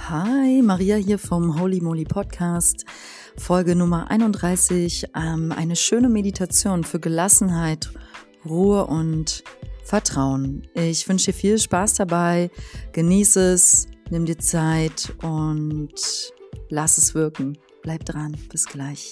Hi, Maria hier vom Holy Moly Podcast, Folge Nummer 31. Eine schöne Meditation für Gelassenheit, Ruhe und Vertrauen. Ich wünsche dir viel Spaß dabei, genieße es, nimm dir Zeit und lass es wirken. Bleib dran, bis gleich.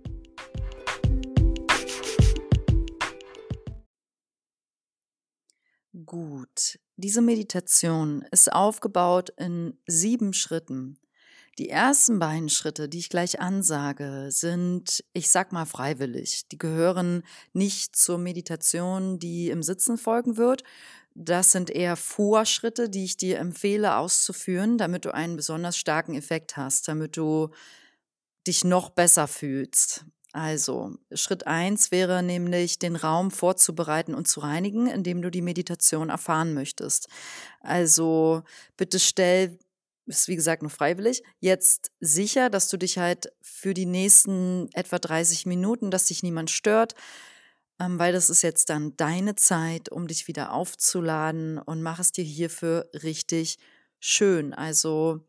Gut, diese Meditation ist aufgebaut in 7 Schritten. Die ersten beiden Schritte, die ich gleich ansage, sind, ich sag mal, freiwillig. Die gehören nicht zur Meditation, die im Sitzen folgen wird. Das sind eher Vorschritte, die ich dir empfehle auszuführen, damit du einen besonders starken Effekt hast, damit du dich noch besser fühlst. Also, Schritt 1 wäre nämlich, den Raum vorzubereiten und zu reinigen, indem du die Meditation erfahren möchtest. Also, bitte stell, ist wie gesagt nur freiwillig, jetzt sicher, dass du dich halt für die nächsten etwa 30 Minuten, dass dich niemand stört, weil das ist jetzt dann deine Zeit, um dich wieder aufzuladen, und mach es dir hierfür richtig schön. Also,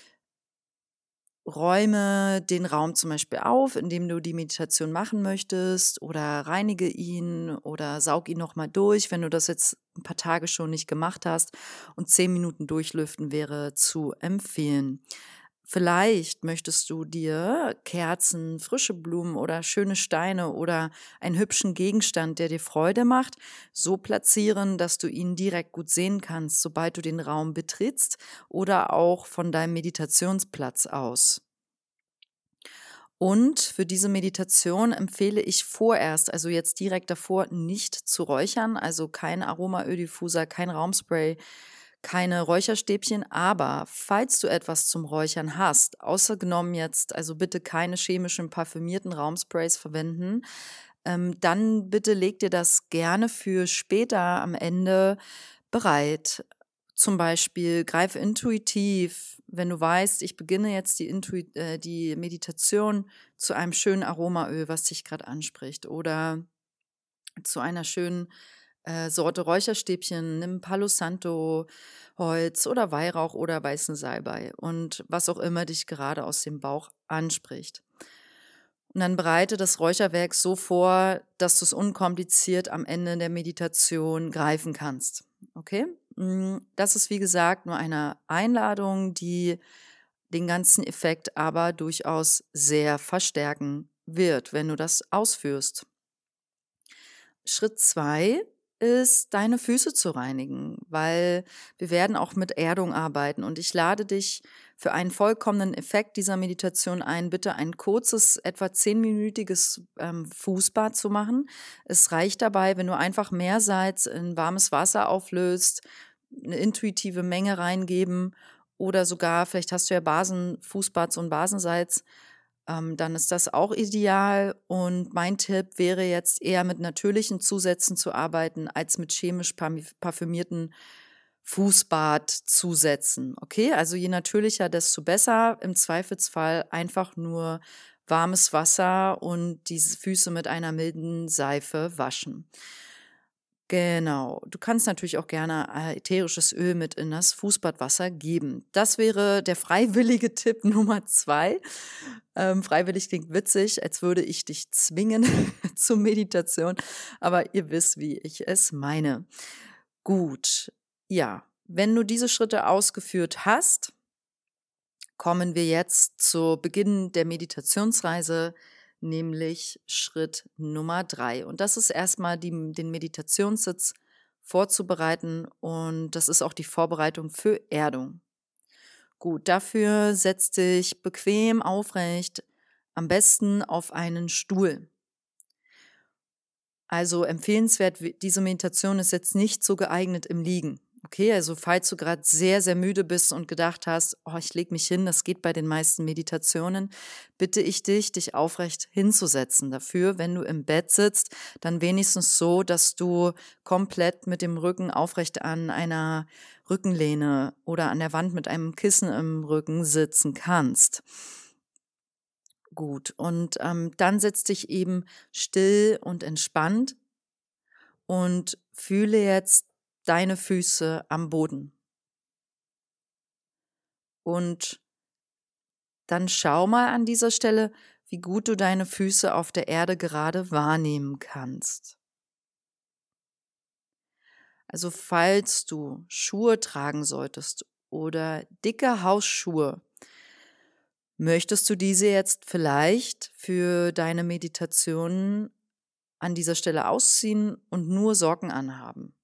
räume den Raum zum Beispiel auf, in dem du die Meditation machen möchtest, oder reinige ihn oder saug ihn nochmal durch, wenn du das jetzt ein paar Tage schon nicht gemacht hast. Und 10 Minuten durchlüften wäre zu empfehlen. Vielleicht möchtest du dir Kerzen, frische Blumen oder schöne Steine oder einen hübschen Gegenstand, der dir Freude macht, so platzieren, dass du ihn direkt gut sehen kannst, sobald du den Raum betrittst oder auch von deinem Meditationsplatz aus. Und für diese Meditation empfehle ich vorerst, also jetzt direkt davor, nicht zu räuchern, also kein Aromaöldiffuser, kein Raumspray, keine Räucherstäbchen. Aber falls du etwas zum Räuchern hast, außer genommen jetzt, also bitte keine chemischen parfümierten Raumsprays verwenden, dann bitte leg dir das gerne für später am Ende bereit. Zum Beispiel greife intuitiv, wenn du weißt, ich beginne jetzt die Meditation zu einem schönen Aromaöl, was dich gerade anspricht, oder zu einer schönen Sorte Räucherstäbchen, nimm Palo Santo Holz oder Weihrauch oder weißen Salbei und was auch immer dich gerade aus dem Bauch anspricht. Und dann bereite das Räucherwerk so vor, dass du es unkompliziert am Ende der Meditation greifen kannst. Okay? Das ist, wie gesagt, nur eine Einladung, die den ganzen Effekt aber durchaus sehr verstärken wird, wenn du das ausführst. Schritt 2 ist, deine Füße zu reinigen, weil wir werden auch mit Erdung arbeiten, und ich lade dich für einen vollkommenen Effekt dieser Meditation ein, bitte ein kurzes, etwa 10-minütiges Fußbad zu machen. Es reicht dabei, wenn du einfach Meersalz in warmes Wasser auflöst, eine intuitive Menge reingeben, oder sogar, vielleicht hast du ja Fußbad, so ein Basensalz, dann ist das auch ideal. Und mein Tipp wäre jetzt eher mit natürlichen Zusätzen zu arbeiten, als mit chemisch parfümierten Fußbadzusätzen. Okay, also je natürlicher, desto besser. Im Zweifelsfall einfach nur warmes Wasser und diese Füße mit einer milden Seife waschen. Genau. Du kannst natürlich auch gerne ätherisches Öl mit in das Fußbadwasser geben. Das wäre der freiwillige Tipp Nummer 2. Freiwillig klingt witzig, als würde ich dich zwingen zur Meditation, aber ihr wisst, wie ich es meine. Gut, ja, wenn du diese Schritte ausgeführt hast, kommen wir jetzt zu Beginn der Meditationsreise, nämlich Schritt Nummer 3. Und das ist erstmal den Meditationssitz vorzubereiten, und das ist auch die Vorbereitung für Erdung. Gut, dafür setz dich bequem aufrecht, am besten auf einen Stuhl. Also empfehlenswert, diese Meditation ist jetzt nicht so geeignet im Liegen. Okay, also falls du gerade sehr, sehr müde bist und gedacht hast, oh, ich lege mich hin, das geht bei den meisten Meditationen, bitte ich dich aufrecht hinzusetzen. Dafür, wenn du im Bett sitzt, dann wenigstens so, dass du komplett mit dem Rücken aufrecht an einer Rückenlehne oder an der Wand mit einem Kissen im Rücken sitzen kannst. Gut, und dann setz dich eben still und entspannt und fühle jetzt deine Füße am Boden. Und dann schau mal an dieser Stelle, wie gut du deine Füße auf der Erde gerade wahrnehmen kannst. Also falls du Schuhe tragen solltest oder dicke Hausschuhe, möchtest du diese jetzt vielleicht für deine Meditation an dieser Stelle ausziehen und nur Socken anhaben?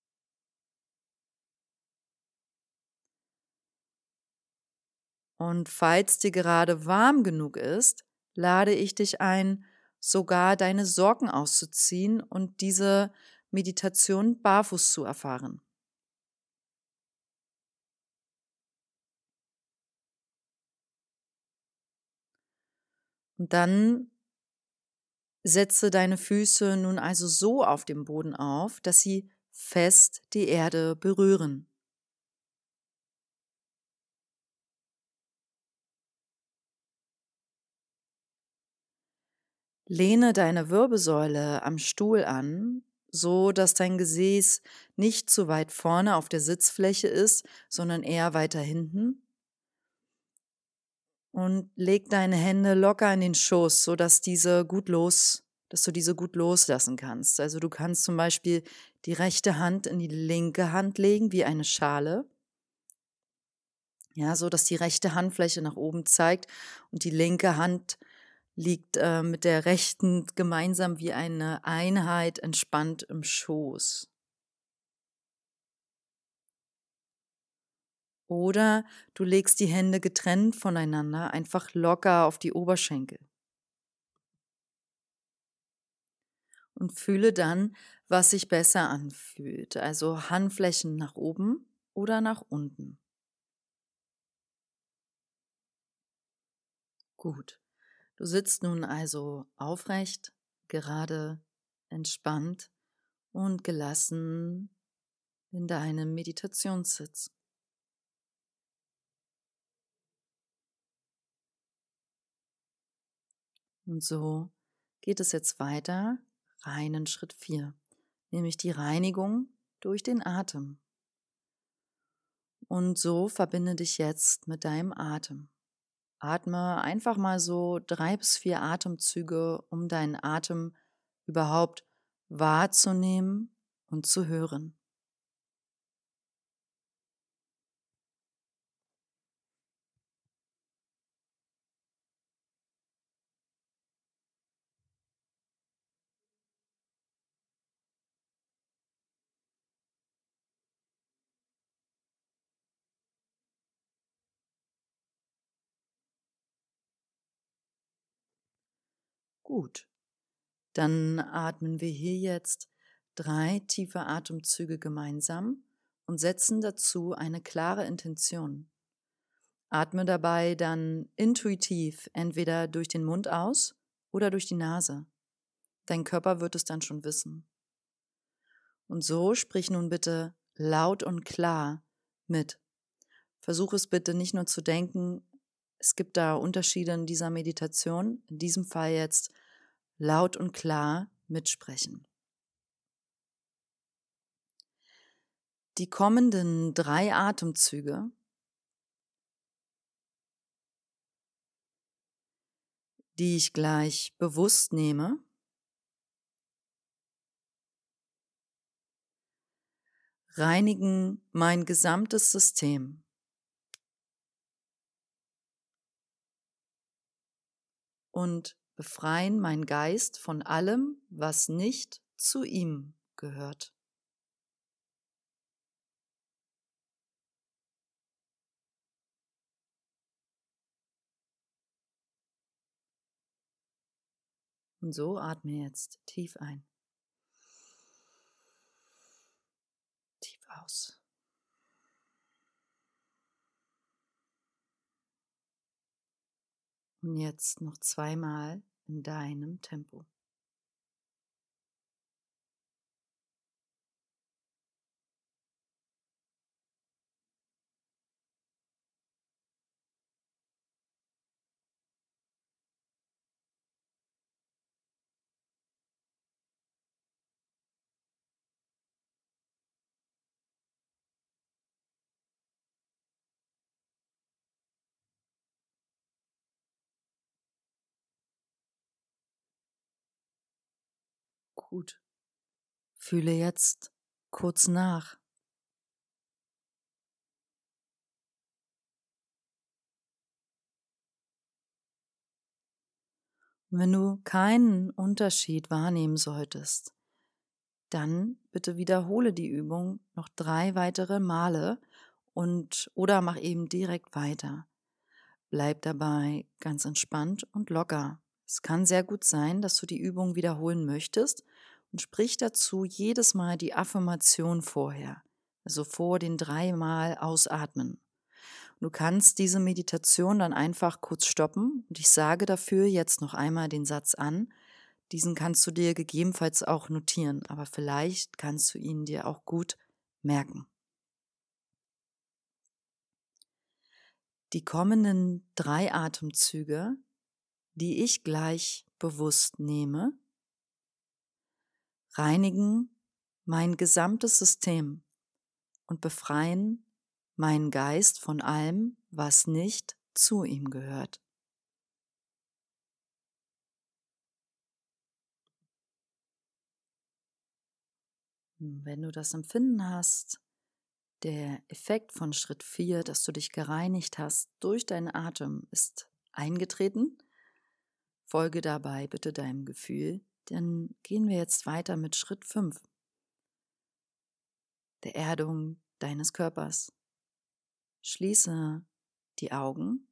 Und falls dir gerade warm genug ist, lade ich dich ein, sogar deine Socken auszuziehen und diese Meditation barfuß zu erfahren. Und dann setze deine Füße nun also so auf dem Boden auf, dass sie fest die Erde berühren. Lehne deine Wirbelsäule am Stuhl an, so dass dein Gesäß nicht zu weit vorne auf der Sitzfläche ist, sondern eher weiter hinten. Und leg deine Hände locker in den Schoß, so dass dass du diese gut loslassen kannst. Also du kannst zum Beispiel die rechte Hand in die linke Hand legen, wie eine Schale. Ja, so dass die rechte Handfläche nach oben zeigt und die linke Hand liegt mit der rechten gemeinsam wie eine Einheit entspannt im Schoß. Oder du legst die Hände getrennt voneinander einfach locker auf die Oberschenkel und fühle dann, was sich besser anfühlt. Also Handflächen nach oben oder nach unten. Gut. Du sitzt nun also aufrecht, gerade, entspannt und gelassen in deinem Meditationssitz. Und so geht es jetzt weiter, rein in Schritt 4, nämlich die Reinigung durch den Atem. Und so verbinde dich jetzt mit deinem Atem. Atme einfach mal so 3 bis 4 Atemzüge, um deinen Atem überhaupt wahrzunehmen und zu hören. Gut, dann atmen wir hier jetzt 3 tiefe Atemzüge gemeinsam und setzen dazu eine klare Intention. Atme dabei dann intuitiv entweder durch den Mund aus oder durch die Nase. Dein Körper wird es dann schon wissen. Und so sprich nun bitte laut und klar mit. Versuch es bitte nicht nur zu denken, es gibt da Unterschiede in dieser Meditation, in diesem Fall jetzt laut und klar mitsprechen. Die kommenden 3 Atemzüge, die ich gleich bewusst nehme, reinigen mein gesamtes System und befreien meinen Geist von allem, was nicht zu ihm gehört. Und so atme jetzt tief ein, tief aus. Und jetzt noch 2 Mal in deinem Tempo. Gut. Fühle jetzt kurz nach. Und wenn du keinen Unterschied wahrnehmen solltest, dann bitte wiederhole die Übung noch 3 weitere Male oder mach eben direkt weiter. Bleib dabei ganz entspannt und locker. Es kann sehr gut sein, dass du die Übung wiederholen möchtest und sprich dazu jedes Mal die Affirmation vorher, also vor den 3 Mal ausatmen. Du kannst diese Meditation dann einfach kurz stoppen und ich sage dafür jetzt noch einmal den Satz an. Diesen kannst du dir gegebenenfalls auch notieren, aber vielleicht kannst du ihn dir auch gut merken. Die kommenden 3 Atemzüge, die ich gleich bewusst nehme, reinigen mein gesamtes System und befreien meinen Geist von allem, was nicht zu ihm gehört. Wenn du das Empfinden hast, der Effekt von Schritt 4, dass du dich gereinigt hast durch deinen Atem, ist eingetreten, folge dabei bitte deinem Gefühl, dann gehen wir jetzt weiter mit Schritt 5, der Erdung deines Körpers. Schließe die Augen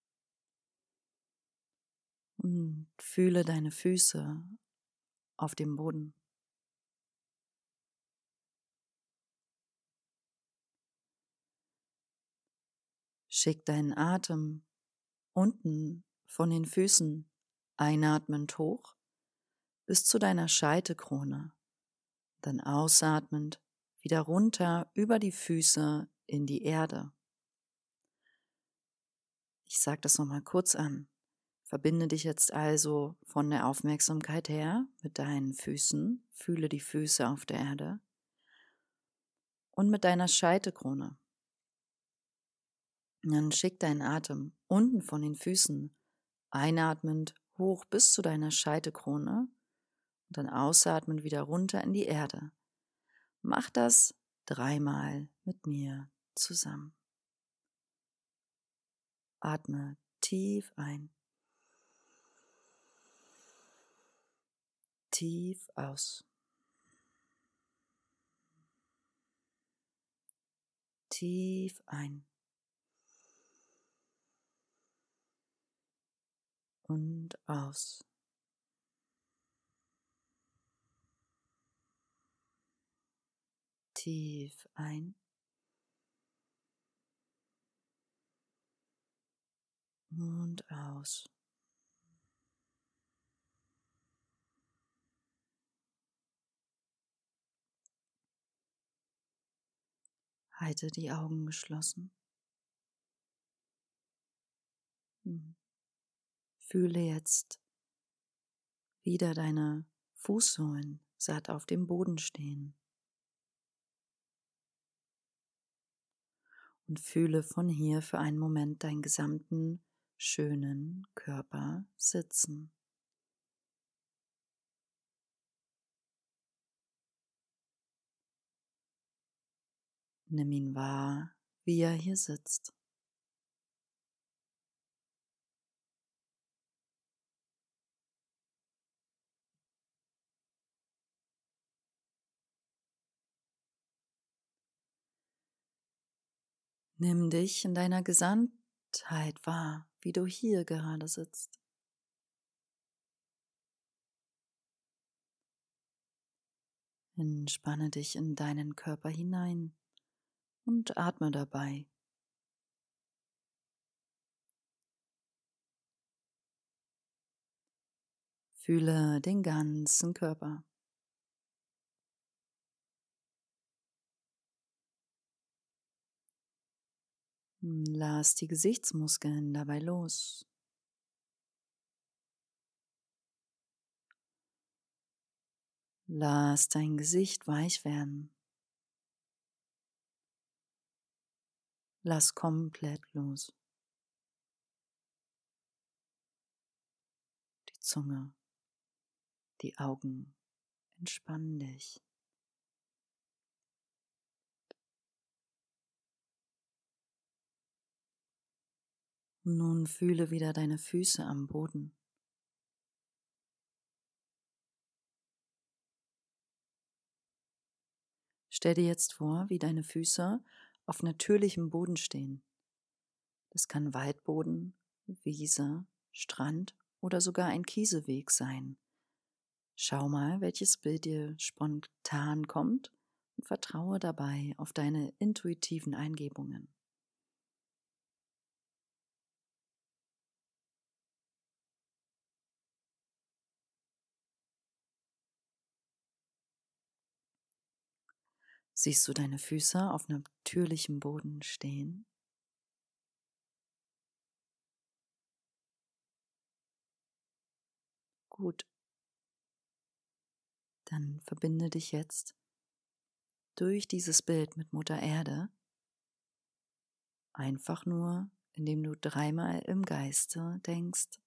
und fühle deine Füße auf dem Boden. Schick deinen Atem unten von den Füßen einatmend hoch bis zu deiner Scheitelkrone, dann ausatmend wieder runter über die Füße in die Erde. Ich sage das nochmal kurz an. Verbinde dich jetzt also von der Aufmerksamkeit her mit deinen Füßen, fühle die Füße auf der Erde und mit deiner Scheitelkrone. Und dann schick deinen Atem unten von den Füßen einatmend hoch bis zu deiner Scheitelkrone und dann ausatmend wieder runter in die Erde. Mach das 3 Mal mit mir zusammen. Atme tief ein, tief aus, tief ein und aus. Tief ein und aus. Halte die Augen geschlossen. Fühle jetzt wieder deine Fußsohlen satt auf dem Boden stehen. Und fühle von hier für einen Moment deinen gesamten schönen Körper sitzen. Nimm ihn wahr, wie er hier sitzt. Nimm dich in deiner Gesamtheit wahr, wie du hier gerade sitzt. Entspanne dich in deinen Körper hinein und atme dabei. Fühle den ganzen Körper. Lass die Gesichtsmuskeln dabei los. Lass dein Gesicht weich werden. Lass komplett los. Die Zunge, die Augen Entspann dich. Nun fühle wieder deine Füße am Boden. Stell dir jetzt vor, wie deine Füße auf natürlichem Boden stehen. Das kann Waldboden, Wiese, Strand oder sogar ein Kieseweg sein. Schau mal, welches Bild dir spontan kommt und vertraue dabei auf deine intuitiven Eingebungen. Siehst du deine Füße auf natürlichem Boden stehen? Gut, dann verbinde dich jetzt durch dieses Bild mit Mutter Erde, einfach nur, indem du dreimal im Geiste denkst,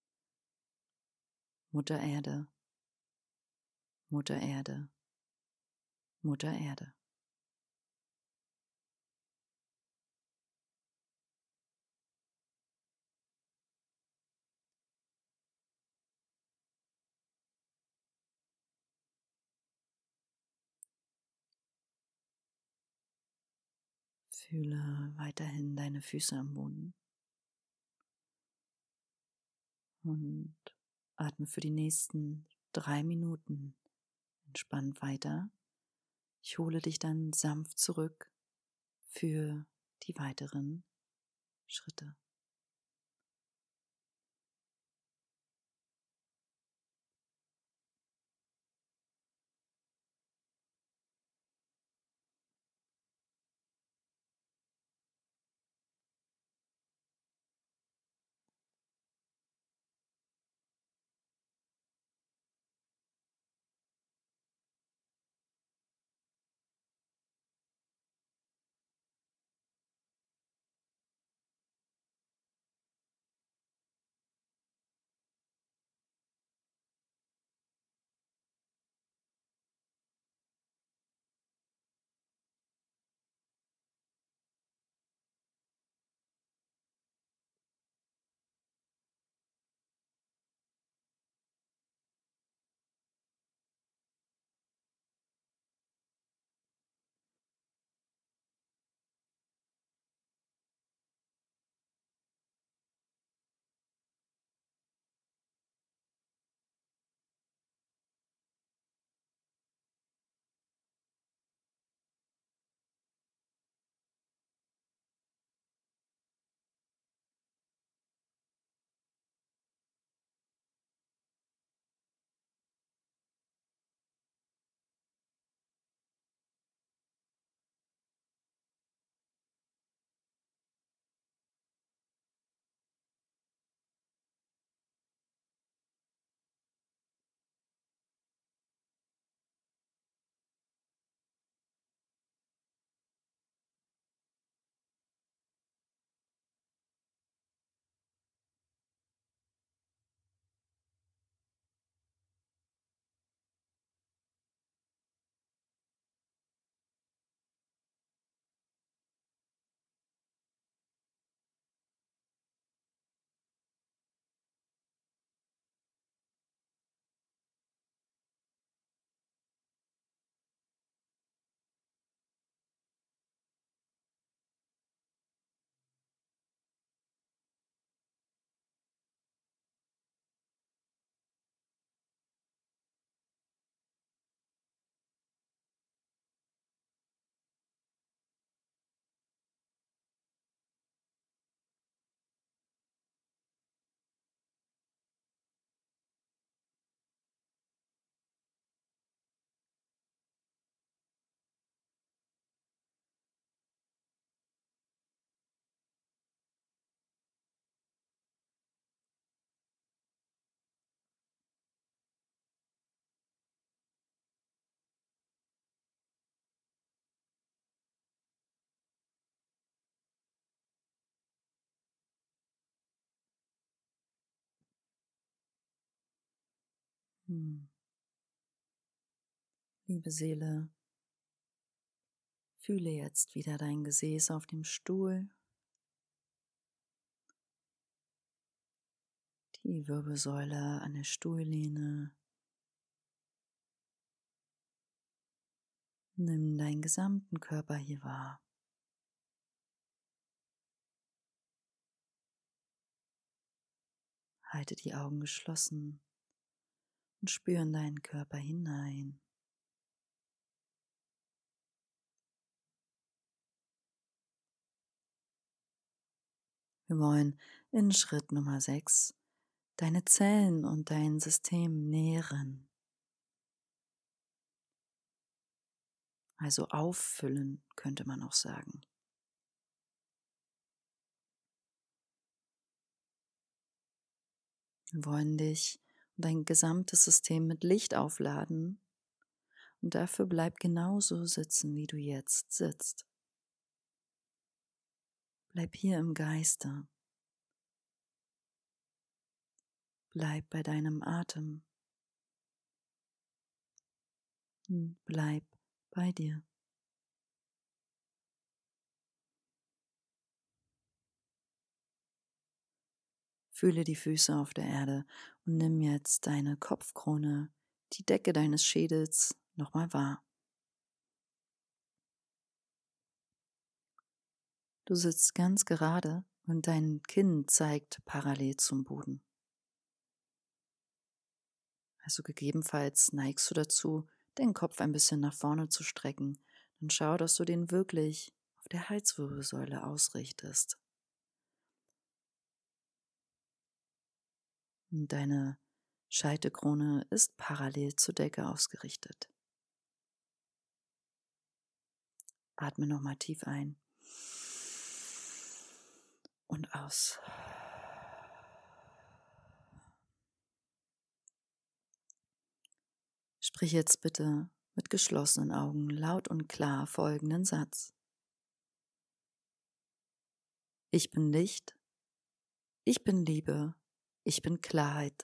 Mutter Erde, Mutter Erde, Mutter Erde. Fühle weiterhin deine Füße am Boden und atme für die nächsten 3 Minuten entspannt weiter. Ich hole dich dann sanft zurück für die weiteren Schritte. Hm. Liebe Seele, fühle jetzt wieder dein Gesäß auf dem Stuhl, die Wirbelsäule an der Stuhllehne. Nimm deinen gesamten Körper hier wahr. Halte die Augen geschlossen und spüre in deinen Körper hinein. Wir wollen in Schritt Nummer 6 deine Zellen und dein System nähren, also auffüllen, könnte man auch sagen. Wir wollen dich und dein gesamtes System mit Licht aufladen und dafür bleib genauso sitzen, wie du jetzt sitzt. Bleib hier im Geiste. Bleib bei deinem Atem. Bleib bei dir. Fühle die Füße auf der Erde und nimm jetzt deine Kopfkrone, die Decke deines Schädels, nochmal wahr. Du sitzt ganz gerade und dein Kinn zeigt parallel zum Boden. Also gegebenenfalls neigst du dazu, den Kopf ein bisschen nach vorne zu strecken. Dann schau, dass du den wirklich auf der Halswirbelsäule ausrichtest. Und deine Scheitelkrone ist parallel zur Decke ausgerichtet. Atme nochmal tief ein und aus. Sprich jetzt bitte mit geschlossenen Augen laut und klar folgenden Satz. Ich bin Licht, ich bin Liebe, ich bin Klarheit.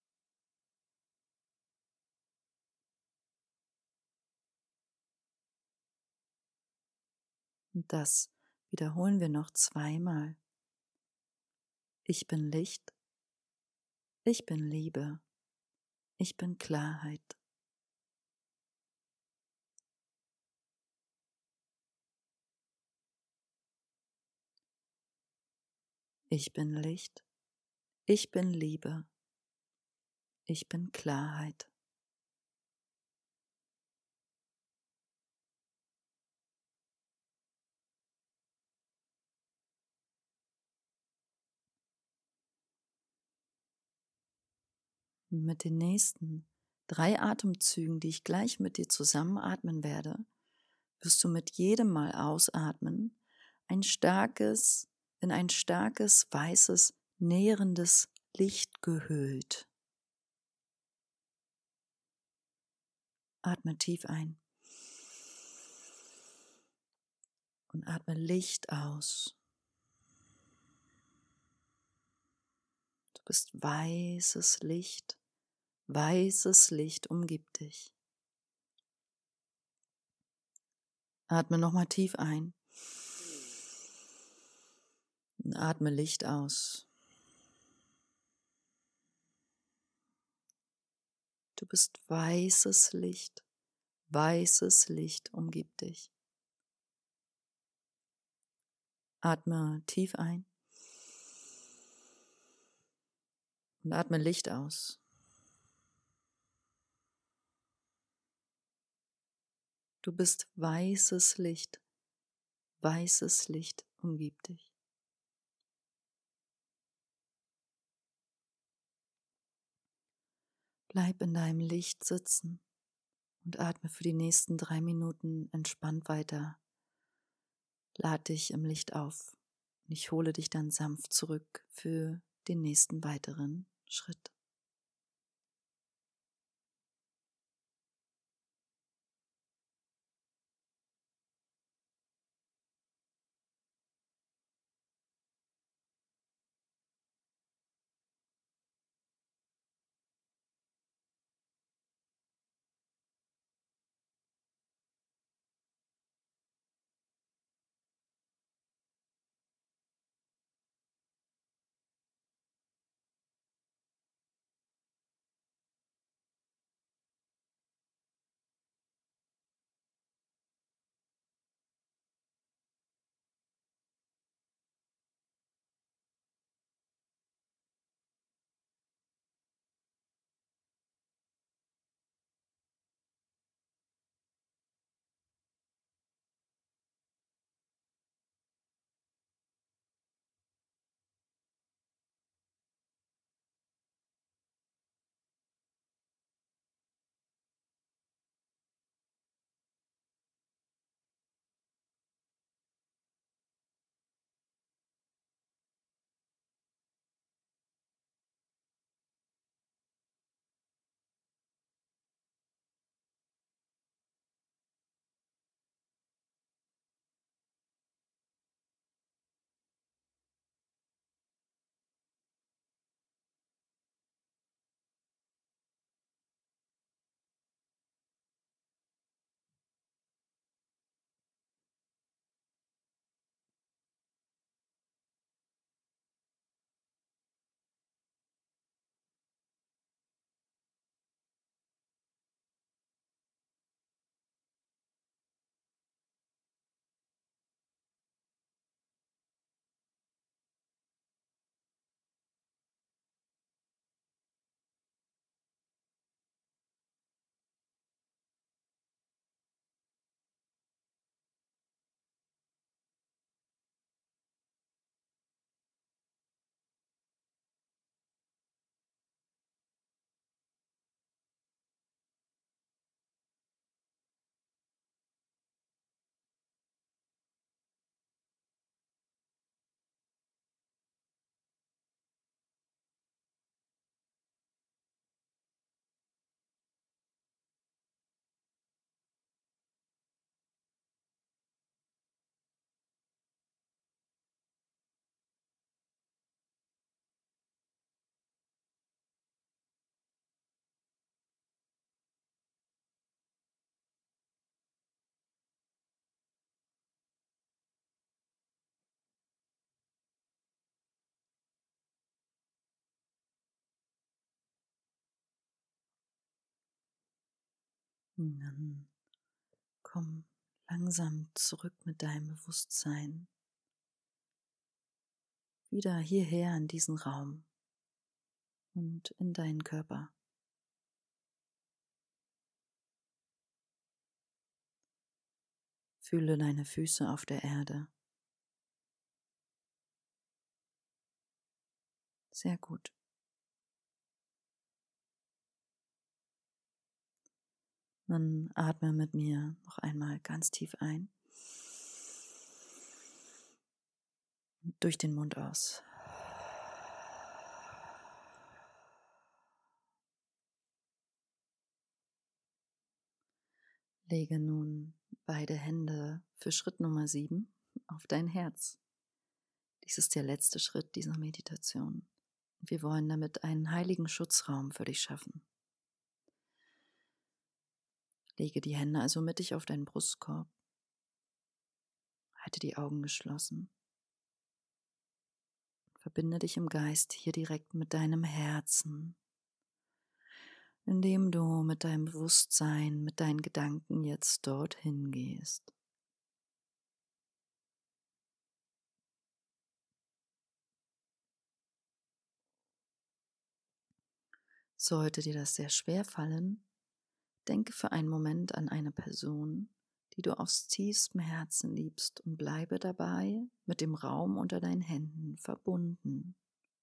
Und das wiederholen wir noch zweimal. Ich bin Licht, ich bin Liebe, ich bin Klarheit. Ich bin Licht, ich bin Liebe, ich bin Klarheit. Und mit den nächsten 3 Atemzügen, die ich gleich mit dir zusammen atmen werde, wirst du mit jedem Mal ausatmen in ein starkes, weißes, nährendes Licht gehüllt. Atme tief ein und atme Licht aus. Du bist weißes Licht umgibt dich. Atme nochmal tief ein und atme Licht aus. Du bist weißes Licht umgibt dich. Atme tief ein und atme Licht aus. Du bist weißes Licht umgibt dich. Bleib in deinem Licht sitzen und atme für die nächsten 3 Minuten entspannt weiter. Lad dich im Licht auf und ich hole dich dann sanft zurück für den nächsten weiteren Schritt. Und dann komm langsam zurück mit deinem Bewusstsein wieder hierher in diesen Raum und in deinen Körper. Fühle deine Füße auf der Erde. Sehr gut. Dann atme mit mir noch einmal ganz tief ein und durch den Mund aus. Lege nun beide Hände für Schritt Nummer 7 auf dein Herz. Dies ist der letzte Schritt dieser Meditation. Wir wollen damit einen heiligen Schutzraum für dich schaffen. Lege die Hände also mittig auf deinen Brustkorb. Halte die Augen geschlossen. Verbinde dich im Geist hier direkt mit deinem Herzen, indem du mit deinem Bewusstsein, mit deinen Gedanken jetzt dorthin gehst. Sollte dir das sehr schwer fallen, denke für einen Moment an eine Person, die du aus tiefstem Herzen liebst und bleibe dabei mit dem Raum unter deinen Händen verbunden.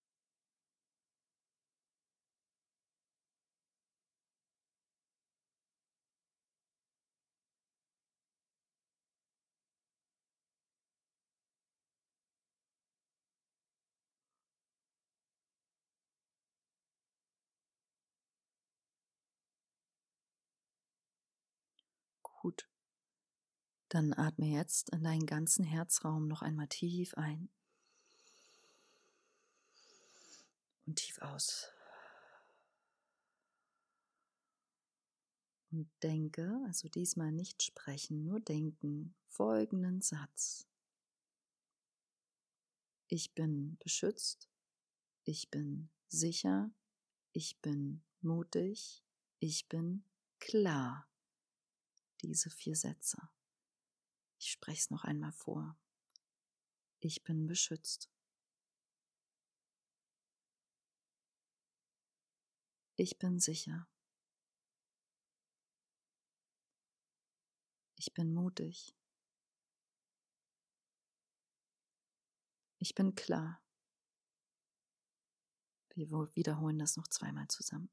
Gut, dann atme jetzt in deinen ganzen Herzraum noch einmal tief ein und tief aus. Und denke, also diesmal nicht sprechen, nur denken, folgenden Satz. Ich bin beschützt, ich bin sicher, ich bin mutig, ich bin klar. Diese 4 Sätze. Ich spreche es noch einmal vor. Ich bin beschützt. Ich bin sicher. Ich bin mutig. Ich bin klar. Wir wiederholen das noch zweimal zusammen.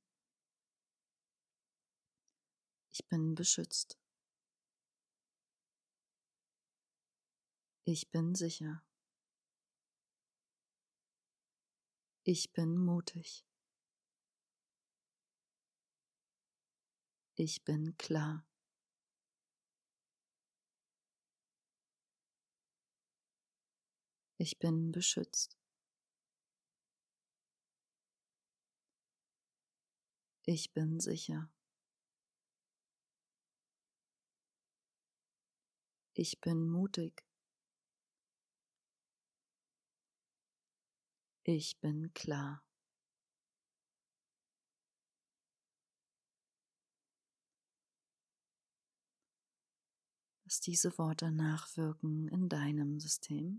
Ich bin beschützt. Ich bin sicher. Ich bin mutig. Ich bin klar. Ich bin beschützt. Ich bin sicher. Ich bin mutig. Ich bin klar. Lass diese Worte nachwirken in deinem System.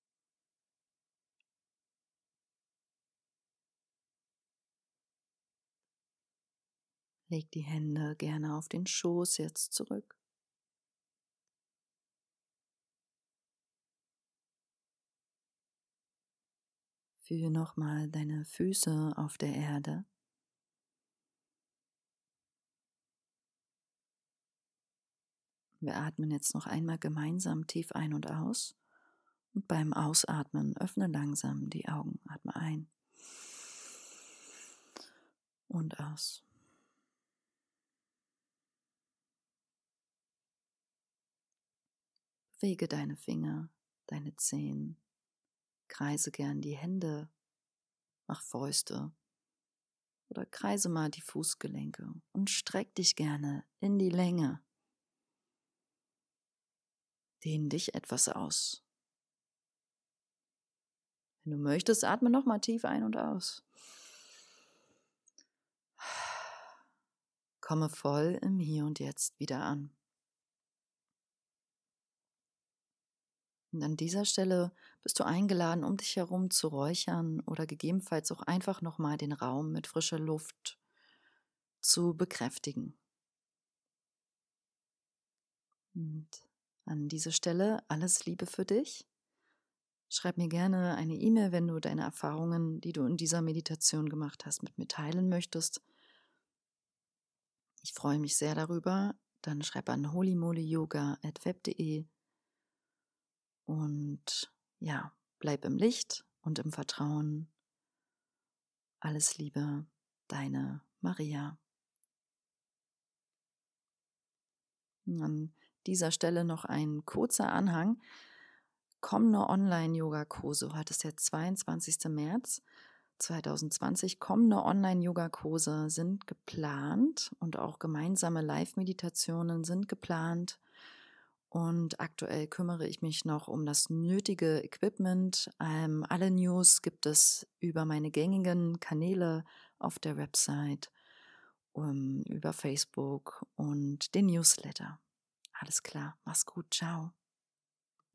Leg die Hände gerne auf den Schoß jetzt zurück. Fühle nochmal deine Füße auf der Erde. Wir atmen jetzt noch einmal gemeinsam tief ein und aus. Und beim Ausatmen öffne langsam die Augen. Atme ein und aus. Bewege deine Finger, deine Zehen. Kreise gern die Hände, mach Fäuste oder kreise mal die Fußgelenke und streck dich gerne in die Länge. Dehn dich etwas aus. Wenn du möchtest, atme nochmal tief ein und aus. Komme voll im Hier und Jetzt wieder an. Und an dieser Stelle bist du eingeladen, um dich herum zu räuchern oder gegebenenfalls auch einfach nochmal den Raum mit frischer Luft zu bekräftigen. Und an dieser Stelle alles Liebe für dich. Schreib mir gerne eine E-Mail, wenn du deine Erfahrungen, die du in dieser Meditation gemacht hast, mit mir teilen möchtest. Ich freue mich sehr darüber. Dann schreib an holymolyyoga@web.de und ja, bleib im Licht und im Vertrauen. Alles Liebe, deine Maria. An dieser Stelle noch ein kurzer Anhang. Kommende Online-Yoga-Kurse, heute ist der 22. März 2020, kommende Online-Yoga-Kurse sind geplant und auch gemeinsame Live-Meditationen sind geplant. Und aktuell kümmere ich mich noch um das nötige Equipment. Alle News gibt es über meine gängigen Kanäle auf der Website, über Facebook und den Newsletter. Alles klar, mach's gut, ciao.